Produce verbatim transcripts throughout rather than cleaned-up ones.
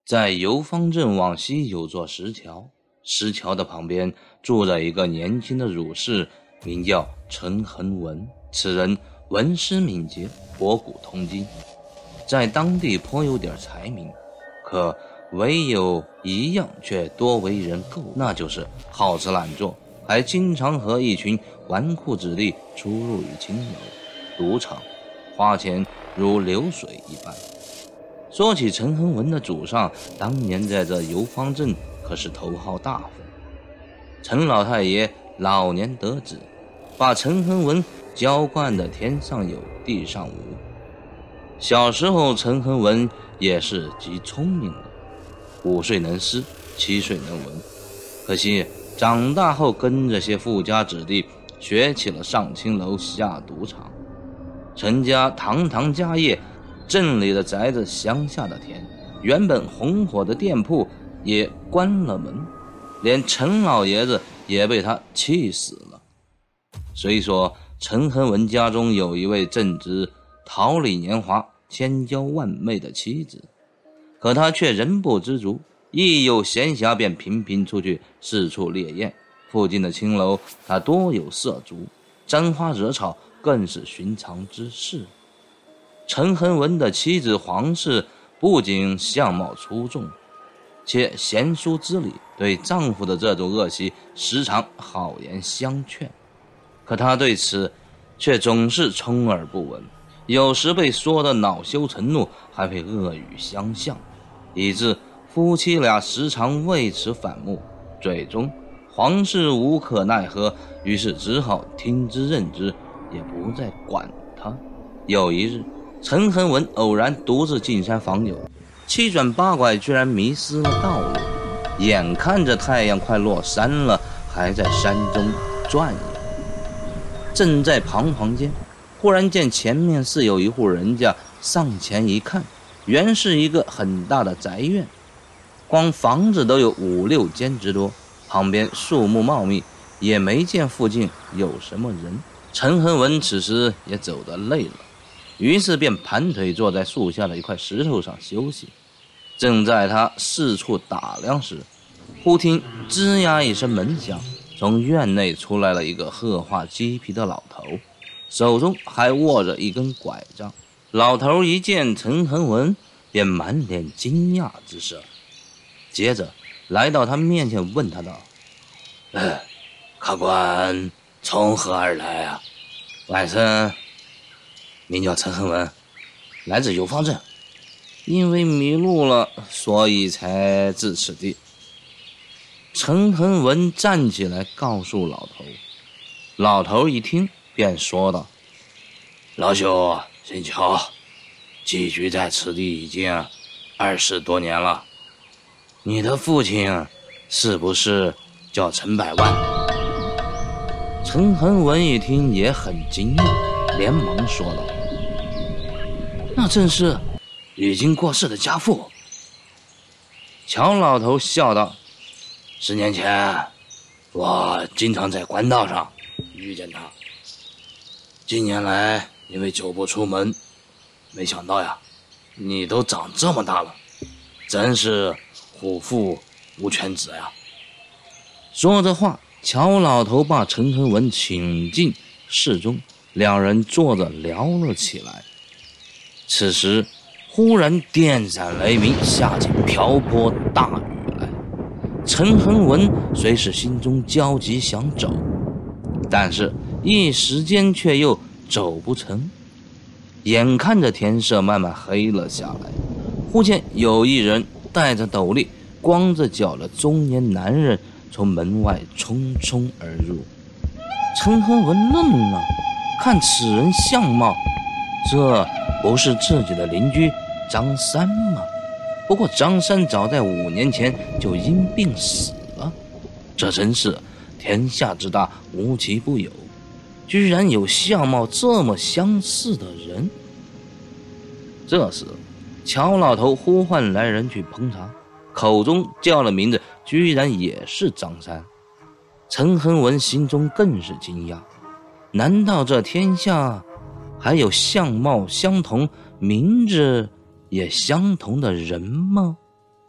在游方镇往西有座石桥，石桥的旁边住着一个年轻的儒士，名叫陈恒文。此人文思敏捷，博古通今，在当地颇有点才名，可唯有一样却多为人诟，那就是好吃懒做，还经常和一群纨绔子弟出入于青楼、赌场，花钱如流水一般。说起陈恒文的祖上，当年在这游方镇可是头号大户。陈老太爷老年得子，把陈恒文娇惯得天上有地上无。小时候陈恒文也是极聪明的，五岁能诗，七岁能文。可惜长大后跟这些富家子弟学起了上青楼下赌场。陈家堂堂家业，镇里的宅子，乡下的田，原本红火的店铺也关了门，连陈老爷子也被他气死了。虽说陈恒文家中有一位正值桃李年华、千娇万媚的妻子，可他却人不知足，一有闲暇便频频出去四处猎艳。附近的青楼他多有涉足，沾花惹草更是寻常之事。陈恒文的妻子黄氏不仅相貌出众，且贤淑之礼，对丈夫的这种恶习时常好言相劝，可她对此却总是充耳不闻，有时被说得恼羞成怒，还会恶语相向，以致夫妻俩时常为此反目。最终黄氏无可奈何，于是只好听之任之，也不再管他。有一日，陈恒文偶然独自进山访友，七转八拐居然迷失了道路，眼看着太阳快落山了，还在山中转悠。正在彷徨间，忽然见前面是有一户人家，上前一看，原是一个很大的宅院，光房子都有五六间之多，旁边树木茂密，也没见附近有什么人。陈恒文此时也走得累了，于是便盘腿坐在树下的一块石头上休息。正在他四处打量时，忽听吱呀一声门响，从院内出来了一个褐化鸡皮的老头，手中还握着一根拐杖。老头一见陈恒文，便满脸惊讶之色，接着来到他面前问他道：呃，客官从何而来啊？晚生名叫陈恒文，来自游方镇，因为迷路了，所以才至此地。陈恒文站起来告诉老头，老头一听便说道：老兄xin瞧，寄居在此地已经二十多年了，你的父亲是不是叫陈百万？陈恒文一听也很惊讶，连忙说道：那正是已经过世的家父。乔老头笑道：十年前我经常在官道上遇见他，近年来因为久不出门，没想到呀，你都长这么大了，真是虎父无犬子呀。说着话，乔老头把陈恒文请进室中，两人坐着聊了起来。此时忽然电闪雷鸣，下起瓢泼大雨来。陈恒文虽是心中焦急想走，但是一时间却又走不成。眼看着天色慢慢黑了下来，忽见有一人戴着斗笠、光着脚的中年男人从门外匆匆而入。陈恒文愣了，看此人相貌，这不是自己的邻居张三吗？不过张三早在五年前就因病死了，这真是天下之大，无奇不有，居然有相貌这么相似的人。这时乔老头呼唤来人去烹茶，口中叫了名字，居然也是张三。陈恒文心中更是惊讶，难道这天下还有相貌相同、名字也相同的人吗？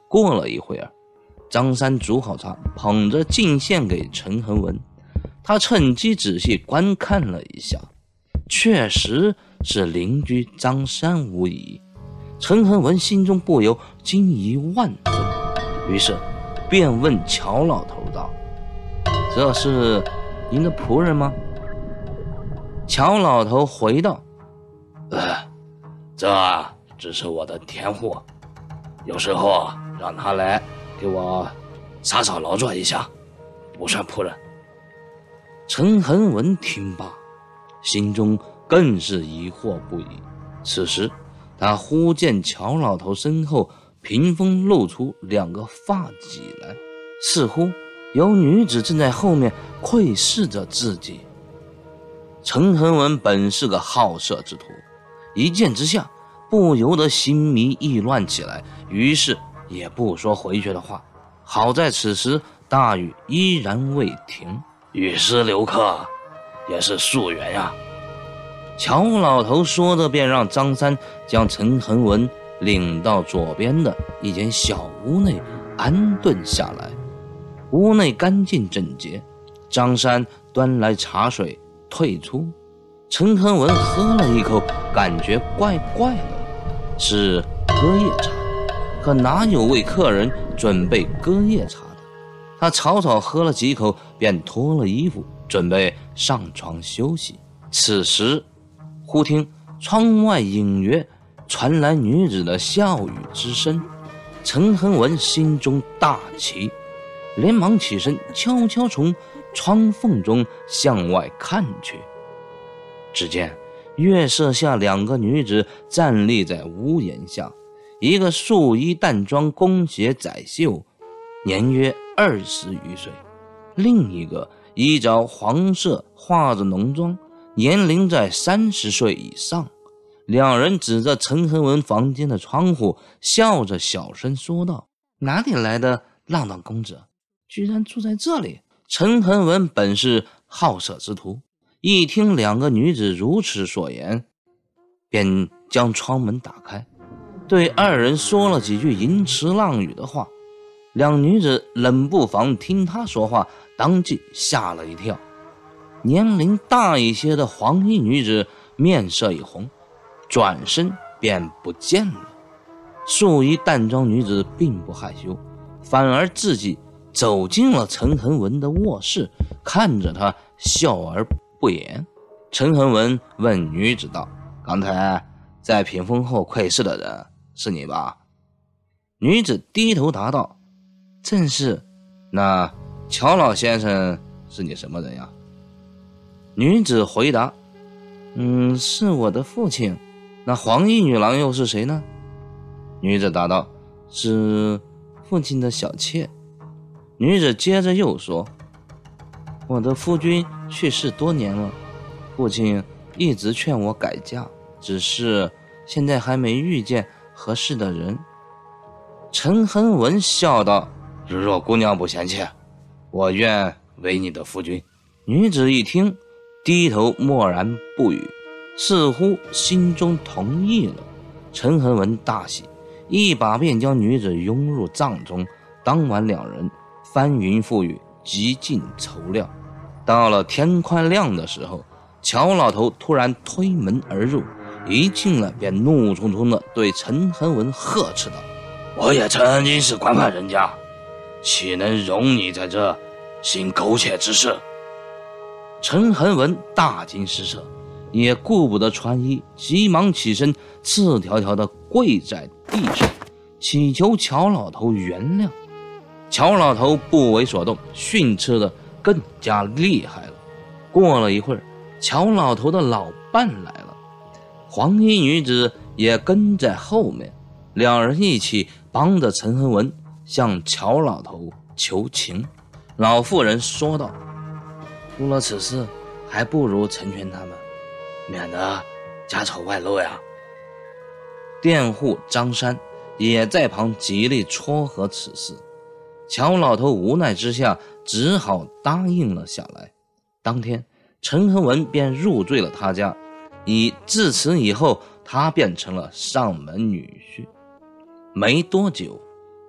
过了一会儿，张三煮好茶，捧着进献给陈恒文。他趁机仔细观看了一下，确实是邻居张三无疑。陈恒文心中不由惊疑万分，于是便问乔老头道：这是您的仆人吗？乔老头回道：呃，这只是我的田户，有时候让他来给我洒扫劳作一下，不算仆人。陈恒文听罢，心中更是疑惑不已。此时他忽见乔老头身后屏风露出两个发髻来，似乎有女子正在后面窥视着自己。陈恒文本是个好色之徒，一见之下不由得心迷意乱起来，于是也不说回去的话。好在此时大雨依然未停，雨丝留客也是夙缘呀。乔老头说着，便让张三将陈恒文领到左边的一间小屋内安顿下来。屋内干净整洁，张三端来茶水退出。陈恒文喝了一口，感觉怪怪的，是隔夜茶，可哪有为客人准备隔夜茶的？他草草喝了几口，便脱了衣服，准备上床休息。此时忽听窗外隐约传来女子的笑语之声，陈恒文心中大奇，连忙起身，悄悄从窗缝中向外看去。只见月色下两个女子站立在屋檐下，一个素衣淡妆，弓鞋窄袖，年约二十余岁；另一个衣着黄色，化着浓妆，年龄在三十岁以上。两人指着陈恒文房间的窗户，笑着小声说道：哪里来的浪荡公子，居然住在这里？陈恒文本是好色之徒，一听两个女子如此所言，便将窗门打开，对二人说了几句淫词浪语的话。两女子冷不防听他说话，当即吓了一跳。年龄大一些的黄衣女子面色一红，转身便不见了。素衣淡妆女子并不害羞，反而自己走进了陈恒文的卧室，看着他笑而不言。陈恒文问女子道：刚才在屏风后窥视的人是你吧？女子低头答道：正是。那乔老先生是你什么人呀？女子回答：嗯，是我的父亲。那黄衣女郎又是谁呢？女子答道：是父亲的小妾。女子接着又说：我的夫君去世多年了，父亲一直劝我改嫁，只是现在还没遇见合适的人。陈恒文笑道：若姑娘不嫌弃，我愿为你的夫君。女子一听，低头默然不语，似乎心中同意了。陈恒文大喜，一把便将女子拥入帐中。当晚两人翻云覆雨，极尽愁料。到了天快亮的时候，乔老头突然推门而入，一进来便怒冲冲地对陈恒文呵斥道：我也曾经是官宦人家，岂能容你在这行苟且之事？陈恒文大惊失色，也顾不得穿衣，急忙起身，赤条条地跪在地上，祈求乔老头原谅。乔老头不为所动，训斥的更加厉害了。过了一会儿，乔老头的老伴来了，黄衣女子也跟在后面，两人一起帮着陈恒文向乔老头求情。老妇人说道：出了此事，还不如成全他们，免得家丑外露呀。佃户张三也在旁极力撮合此事，乔老头无奈之下只好答应了下来。当天陈恒文便入赘了他家，以自此以后他变成了上门女婿。没多久，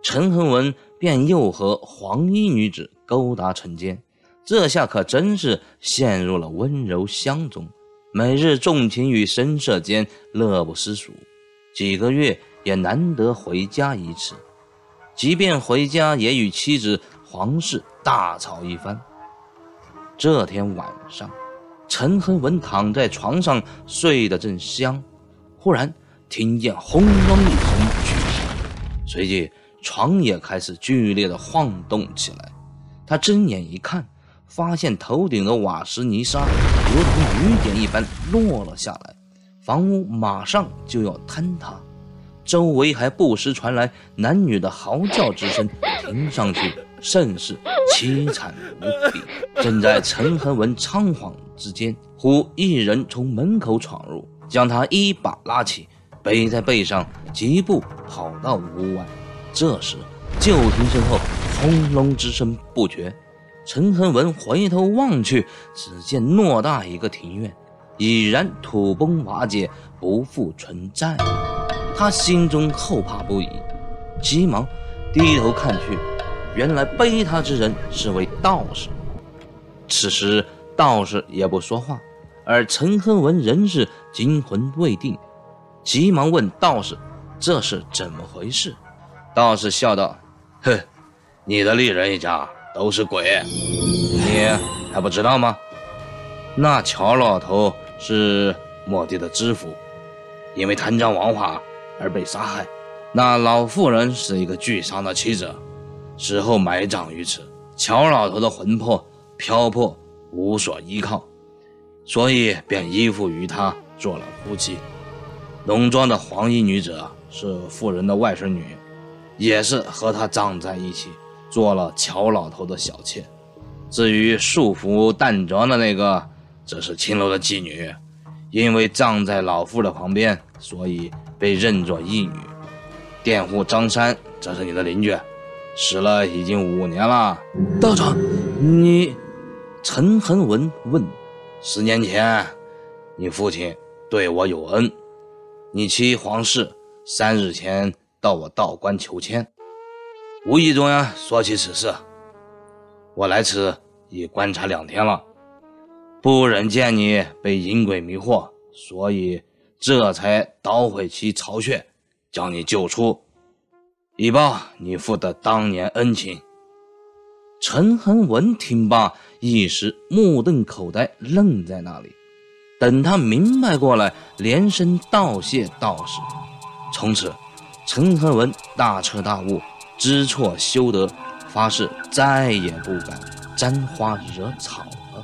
陈恒文便又和黄衣女子勾搭成奸，这下可真是陷入了温柔乡中，每日纵情于声色间，乐不思蜀，几个月也难得回家一次，即便回家也与妻子黄氏大吵一番。这天晚上，陈恒文躺在床上睡得正香，忽然听见轰隆一声巨响，随即床也开始剧烈的晃动起来。他睁眼一看，发现头顶的瓦石泥沙如同雨点一般落了下来，房屋马上就要坍塌，周围还不时传来男女的嚎叫之声，听上去甚是凄惨无比。正在陈恒文仓皇之间，忽一人从门口闯入，将他一把拉起，背在背上，疾步跑到屋外。这时就听身后轰隆之声不绝，陈恒文回头望去，只见偌大一个庭院已然土崩瓦解，不复存在。他心中后怕不已，急忙低头看去，原来背他之人是位道士。此时道士也不说话，而陈恒文仍是惊魂未定，急忙问道士这是怎么回事。道士笑道：哼，你的丽人一家都是鬼，你还不知道吗？那乔老头是末帝的知府，因为贪赃枉法而被杀害。那老妇人是一个巨商的妻子，死后埋葬于此。乔老头的魂魄漂泊无所依靠，所以便依附于他做了夫妻。农庄的黄衣女子是妇人的外甥女，也是和他葬在一起，做了乔老头的小妾。至于束缚淡庄的那个，这是青楼的妓女，因为葬在老妇的旁边，所以被认作义女。佃户张三，这是你的邻居，死了已经五年了。道长，你……陈恒文问。十年前，你父亲对我有恩，你妻黄氏三日前到我道观求签，无意中呀说起此事。我来此已观察两天了，不忍见你被淫鬼迷惑，所以这才捣毁其巢穴，将你救出，以报你父的当年恩情。陈恒文听罢，一时目瞪口呆，愣在那里。等他明白过来，连声道谢道士。从此陈恒文大彻大悟，知错修得，发誓再也不敢沾花惹草了。